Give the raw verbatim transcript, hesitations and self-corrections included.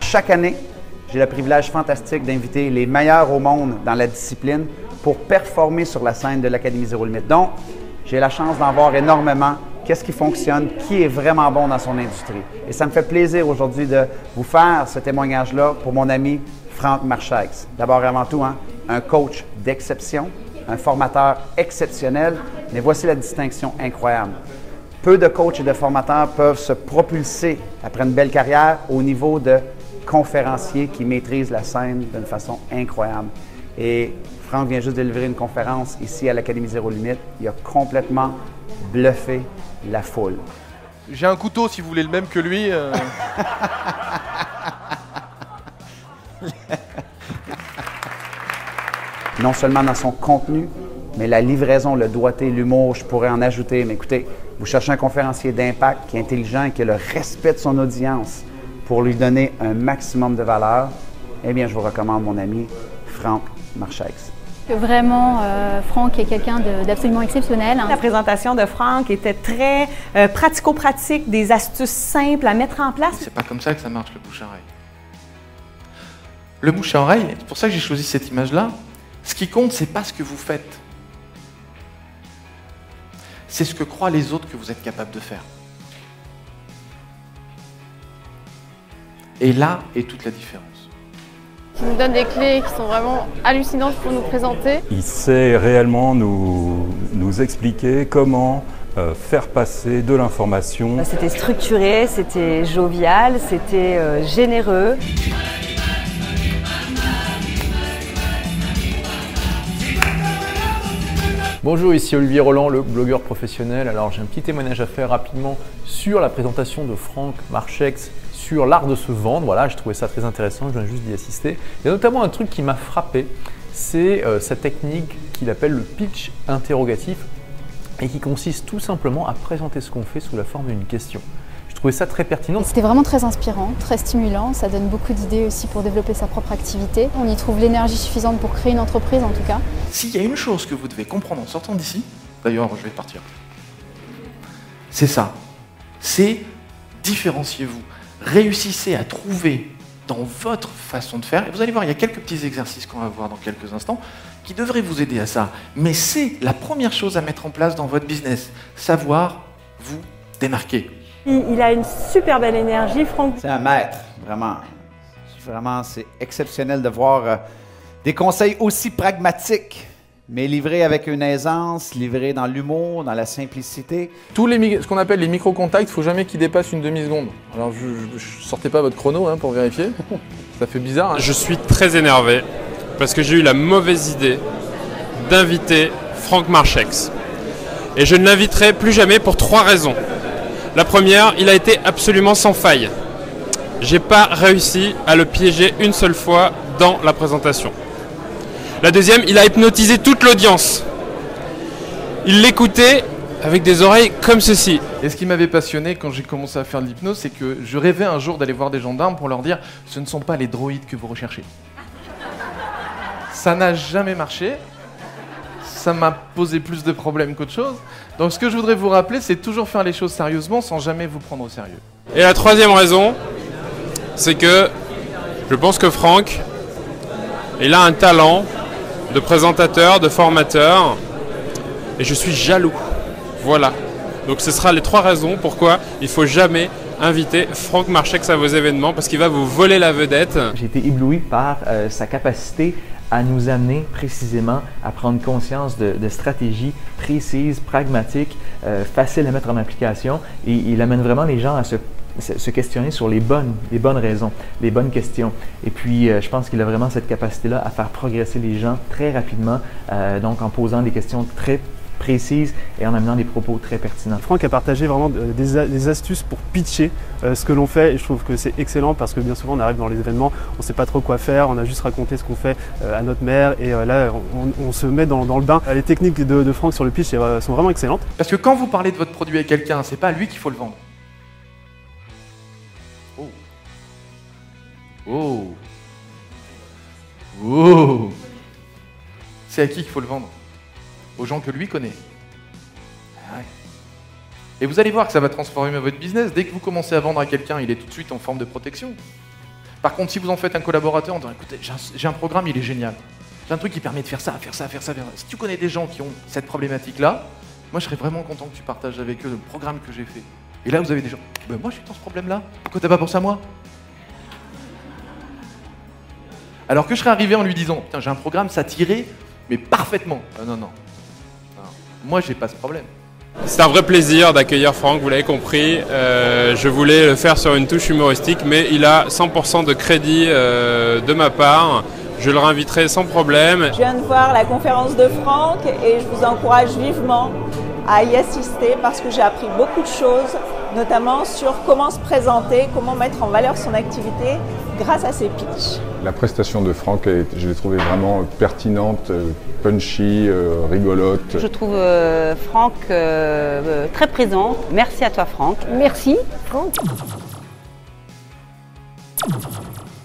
Chaque année, j'ai le privilège fantastique d'inviter les meilleurs au monde dans la discipline pour performer sur la scène de l'Académie Zéro Limite. Donc, j'ai la chance d'en voir énormément. Qu'est-ce qui fonctionne, qui est vraiment bon dans son industrie. Et ça me fait plaisir aujourd'hui de vous faire ce témoignage-là pour mon ami Franck Marcheix. D'abord et avant tout, hein, un coach d'exception, un formateur exceptionnel, mais voici la distinction incroyable. Peu de coachs et de formateurs peuvent se propulser après une belle carrière au niveau de conférenciers qui maîtrisent la scène d'une façon incroyable. Et Franck vient juste de délivrer une conférence ici à l'Académie Zéro Limite. Il a complètement bluffé la foule. J'ai un couteau si vous voulez le même que lui. Euh... Non seulement dans son contenu, mais la livraison, le doigté, l'humour, je pourrais en ajouter. Mais écoutez, vous cherchez un conférencier d'impact qui est intelligent et qui a le respect de son audience pour lui donner un maximum de valeur, eh bien, je vous recommande mon ami Franck Marcheix. Vraiment, euh, Franck est quelqu'un d'absolument exceptionnel. La présentation de Franck était très euh, pratico-pratique, des astuces simples à mettre en place. C'est pas comme ça que ça marche le bouche à oreille. Le bouche à oreille, c'est pour ça que j'ai choisi cette image-là. Ce qui compte, c'est pas ce que vous faites. C'est ce que croient les autres que vous êtes capable de faire. Et là est toute la différence. Qui nous donne des clés qui sont vraiment hallucinantes pour nous présenter. Il sait réellement nous, nous expliquer comment euh, faire passer de l'information. C'était structuré, c'était jovial, c'était euh, généreux. Bonjour, ici Olivier Roland, le blogueur professionnel. Alors j'ai un petit témoignage à faire rapidement sur la présentation de Franck Marcheix sur l'art de se vendre. Voilà, j'ai trouvé ça très intéressant, je viens juste d'y assister. Il y a notamment un truc qui m'a frappé, c'est euh, sa technique qu'il appelle le pitch interrogatif et qui consiste tout simplement à présenter ce qu'on fait sous la forme d'une question. Je trouvais ça très pertinent. C'était vraiment très inspirant, très stimulant, ça donne beaucoup d'idées aussi pour développer sa propre activité. On y trouve l'énergie suffisante pour créer une entreprise en tout cas. S'il y a une chose que vous devez comprendre en sortant d'ici, d'ailleurs je vais partir, c'est ça, c'est différenciez-vous. Réussissez à trouver dans votre façon de faire, et vous allez voir, il y a quelques petits exercices qu'on va voir dans quelques instants, qui devraient vous aider à ça. Mais c'est la première chose à mettre en place dans votre business, savoir vous démarquer. Il a une super belle énergie, Franck. C'est un maître, vraiment. Vraiment, c'est exceptionnel de voir euh, des conseils aussi pragmatiques, mais livrés avec une aisance, livrés dans l'humour, dans la simplicité. Tous les, ce qu'on appelle les micro-contacts, il ne faut jamais qu'ils dépassent une demi-seconde. Alors je ne sortez pas votre chrono hein, pour vérifier, ça fait bizarre. Hein. Je suis très énervé parce que j'ai eu la mauvaise idée d'inviter Franck Marcheix. Et je ne l'inviterai plus jamais pour trois raisons. La première, il a été absolument sans faille. J'ai pas réussi à le piéger une seule fois dans la présentation. La deuxième, il a hypnotisé toute l'audience. Il l'écoutait avec des oreilles comme ceci. Et ce qui m'avait passionné quand j'ai commencé à faire de l'hypnose, c'est que je rêvais un jour d'aller voir des gendarmes pour leur dire « ce ne sont pas les droïdes que vous recherchez ». Ça n'a jamais marché. Ça m'a posé plus de problèmes qu'autre chose. Donc ce que je voudrais vous rappeler, c'est toujours faire les choses sérieusement sans jamais vous prendre au sérieux. Et la troisième raison, c'est que je pense que Franck, il a un talent de présentateur, de formateur, et je suis jaloux. Voilà. Donc ce sera les trois raisons pourquoi il ne faut jamais inviter Franck Marcheix à vos événements, parce qu'il va vous voler la vedette. J'ai été ébloui par euh, sa capacité à nous amener précisément à prendre conscience de, de stratégies précises, pragmatiques, euh, faciles à mettre en application, et il amène vraiment les gens à se, se questionner sur les bonnes, les bonnes raisons, les bonnes questions. Et puis, euh, je pense qu'il a vraiment cette capacité-là à faire progresser les gens très rapidement, euh, donc en posant des questions très précises et en amenant des propos très pertinents. Franck a partagé vraiment des, des astuces pour pitcher euh, ce que l'on fait, et je trouve que c'est excellent parce que bien souvent on arrive dans les événements, on ne sait pas trop quoi faire, on a juste raconté ce qu'on fait euh, à notre mère, et euh, là on, on se met dans, dans le bain. Les techniques de, de Franck sur le pitch euh, sont vraiment excellentes. Parce que quand vous parlez de votre produit à quelqu'un, c'est pas à lui qu'il faut le vendre. Oh. Oh. Oh. C'est à qui qu'il faut le vendre? Aux gens que lui connaît. Ouais. Et vous allez voir que ça va transformer votre business. Dès que vous commencez à vendre à quelqu'un, il est tout de suite en forme de protection. Par contre, si vous en faites un collaborateur en disant écoutez, j'ai un, j'ai un programme, il est génial. J'ai un truc qui permet de faire ça, faire ça, faire ça, faire ça. Si tu connais des gens qui ont cette problématique-là, moi je serais vraiment content que tu partages avec eux le programme que j'ai fait. Et là, vous avez des gens, ben, moi je suis dans ce problème-là, pourquoi t'as pas pensé à moi? Alors que je serais arrivé en lui disant putain, j'ai un programme, ça tirait, mais parfaitement. Ah, non, non, non. Moi, j'ai pas ce problème. C'est un vrai plaisir d'accueillir Franck, vous l'avez compris. Euh, je voulais le faire sur une touche humoristique, mais il a cent pour cent de crédit euh, de ma part. Je le réinviterai sans problème. Je viens de voir la conférence de Franck et je vous encourage vivement à y assister parce que j'ai appris beaucoup de choses, notamment sur comment se présenter, comment mettre en valeur son activité grâce à ses pitchs. La prestation de Franck, je l'ai trouvée vraiment pertinente, punchy, euh, rigolote. Je trouve euh, Franck euh, très présent. Merci à toi Franck. Merci Franck.